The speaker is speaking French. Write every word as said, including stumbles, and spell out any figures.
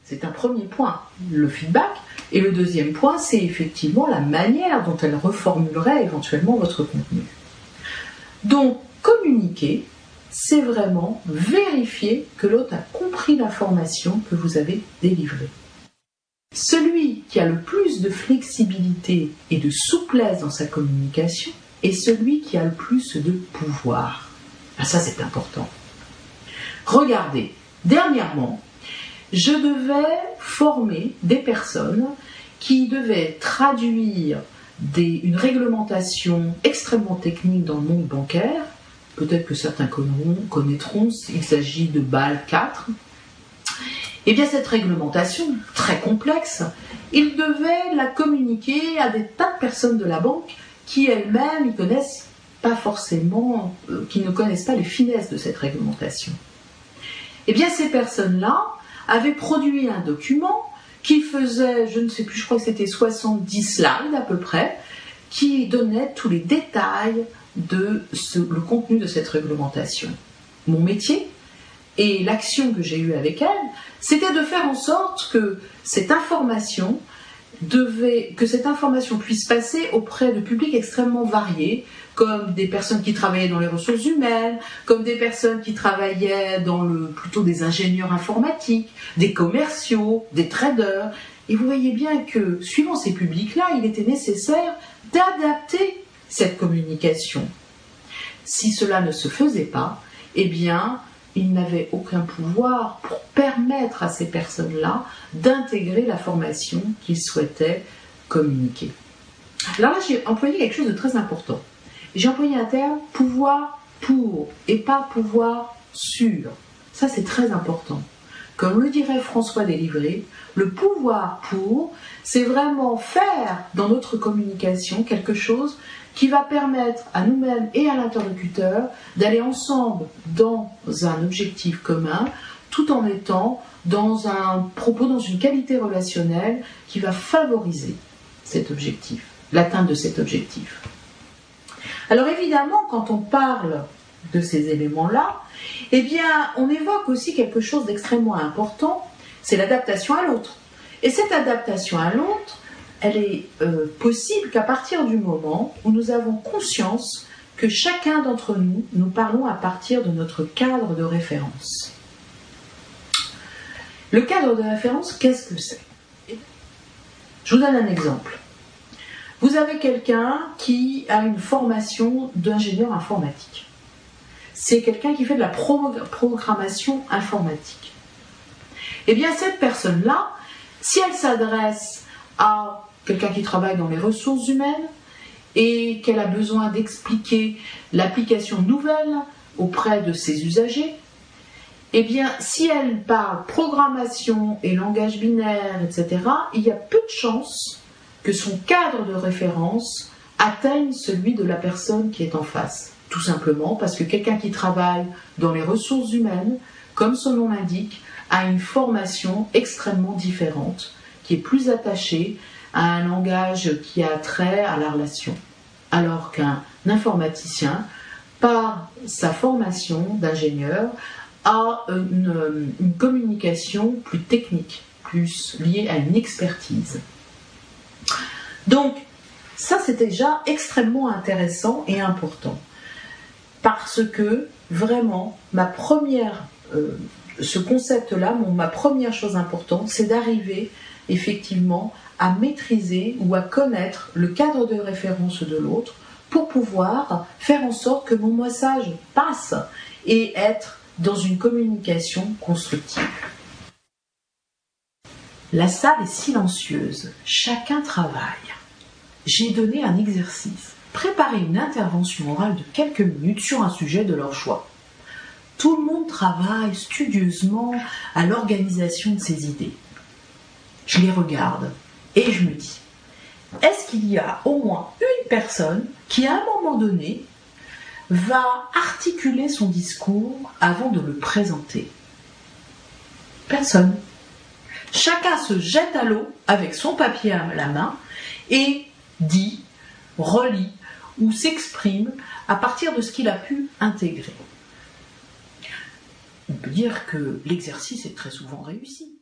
C'est un premier point, le feedback. Et le deuxième point, c'est effectivement la manière dont elle reformulerait éventuellement votre contenu. Donc, communiquer, c'est vraiment vérifier que l'autre a compris l'information que vous avez délivrée. Celui qui a le plus de flexibilité et de souplesse dans sa communication est celui qui a le plus de pouvoir. Ah, ça, c'est important. Regardez, dernièrement, je devais former des personnes qui devaient traduire des, une réglementation extrêmement technique dans le monde bancaire. Peut-être que certains connaîtront, connaîtront il s'agit de Bâle quatre. Et bien cette réglementation, très complexe, ils devaient la communiquer à des tas de personnes de la banque qui elles-mêmes ne connaissent pas forcément, euh, qui ne connaissent pas les finesses de cette réglementation. Et bien ces personnes-là avaient produit un document qui faisait, je ne sais plus, je crois que c'était soixante-dix slides à peu près, qui donnait tous les détails de ce, le contenu de cette réglementation. Mon métier et l'action que j'ai eue avec elle, c'était de faire en sorte que cette information devait, que cette information puisse passer auprès de publics extrêmement variés, comme des personnes qui travaillaient dans les ressources humaines, comme des personnes qui travaillaient dans le, plutôt des ingénieurs informatiques, des commerciaux, des traders. Et vous voyez bien que, suivant ces publics-là, il était nécessaire d'adapter cette communication. Si cela ne se faisait pas, eh bien, il n'avait aucun pouvoir pour permettre à ces personnes-là d'intégrer la formation qu'ils souhaitaient communiquer. Alors là, j'ai employé quelque chose de très important. J'ai employé un terme « pouvoir pour » et pas « pouvoir sur ». Ça, c'est très important. Comme le dirait François Délivré, le pouvoir pour, c'est vraiment faire dans notre communication quelque chose qui va permettre à nous-mêmes et à l'interlocuteur d'aller ensemble dans un objectif commun, tout en étant dans un propos, dans une qualité relationnelle qui va favoriser cet objectif, l'atteinte de cet objectif. Alors évidemment, quand on parle de ces éléments-là, eh bien, on évoque aussi quelque chose d'extrêmement important, c'est l'adaptation à l'autre. Et cette adaptation à l'autre, elle est euh, possible qu'à partir du moment où nous avons conscience que chacun d'entre nous, nous parlons à partir de notre cadre de référence. Le cadre de référence, qu'est-ce que c'est? Je vous donne un exemple. Vous avez quelqu'un qui a une formation d'ingénieur informatique. C'est quelqu'un qui fait de la pro- programmation informatique. Eh bien, cette personne-là, si elle s'adresse à quelqu'un qui travaille dans les ressources humaines et qu'elle a besoin d'expliquer l'application nouvelle auprès de ses usagers, eh bien, si elle parle programmation et langage binaire, et cetera, il y a peu de chances que son cadre de référence atteigne celui de la personne qui est en face. Tout simplement parce que quelqu'un qui travaille dans les ressources humaines, comme son nom l'indique, a une formation extrêmement différente, qui est plus attachée à un langage qui a trait à la relation. Alors qu'un informaticien, par sa formation d'ingénieur, a une, une communication plus technique, plus liée à une expertise. Donc, ça c'est déjà extrêmement intéressant et important. Parce que, vraiment, ma première, euh, ce concept-là, mon, ma première chose importante, c'est d'arriver effectivement à maîtriser ou à connaître le cadre de référence de l'autre pour pouvoir faire en sorte que mon message passe et être dans une communication constructive. La salle est silencieuse, chacun travaille. J'ai donné un exercice. Préparer une intervention orale de quelques minutes sur un sujet de leur choix. Tout le monde travaille studieusement à l'organisation de ses idées. Je les regarde et je me dis, est-ce qu'il y a au moins une personne qui, à un moment donné, va articuler son discours avant de le présenter? Personne. Chacun se jette à l'eau avec son papier à la main et dit, relit ou s'exprime à partir de ce qu'il a pu intégrer. On peut dire que l'exercice est très souvent réussi.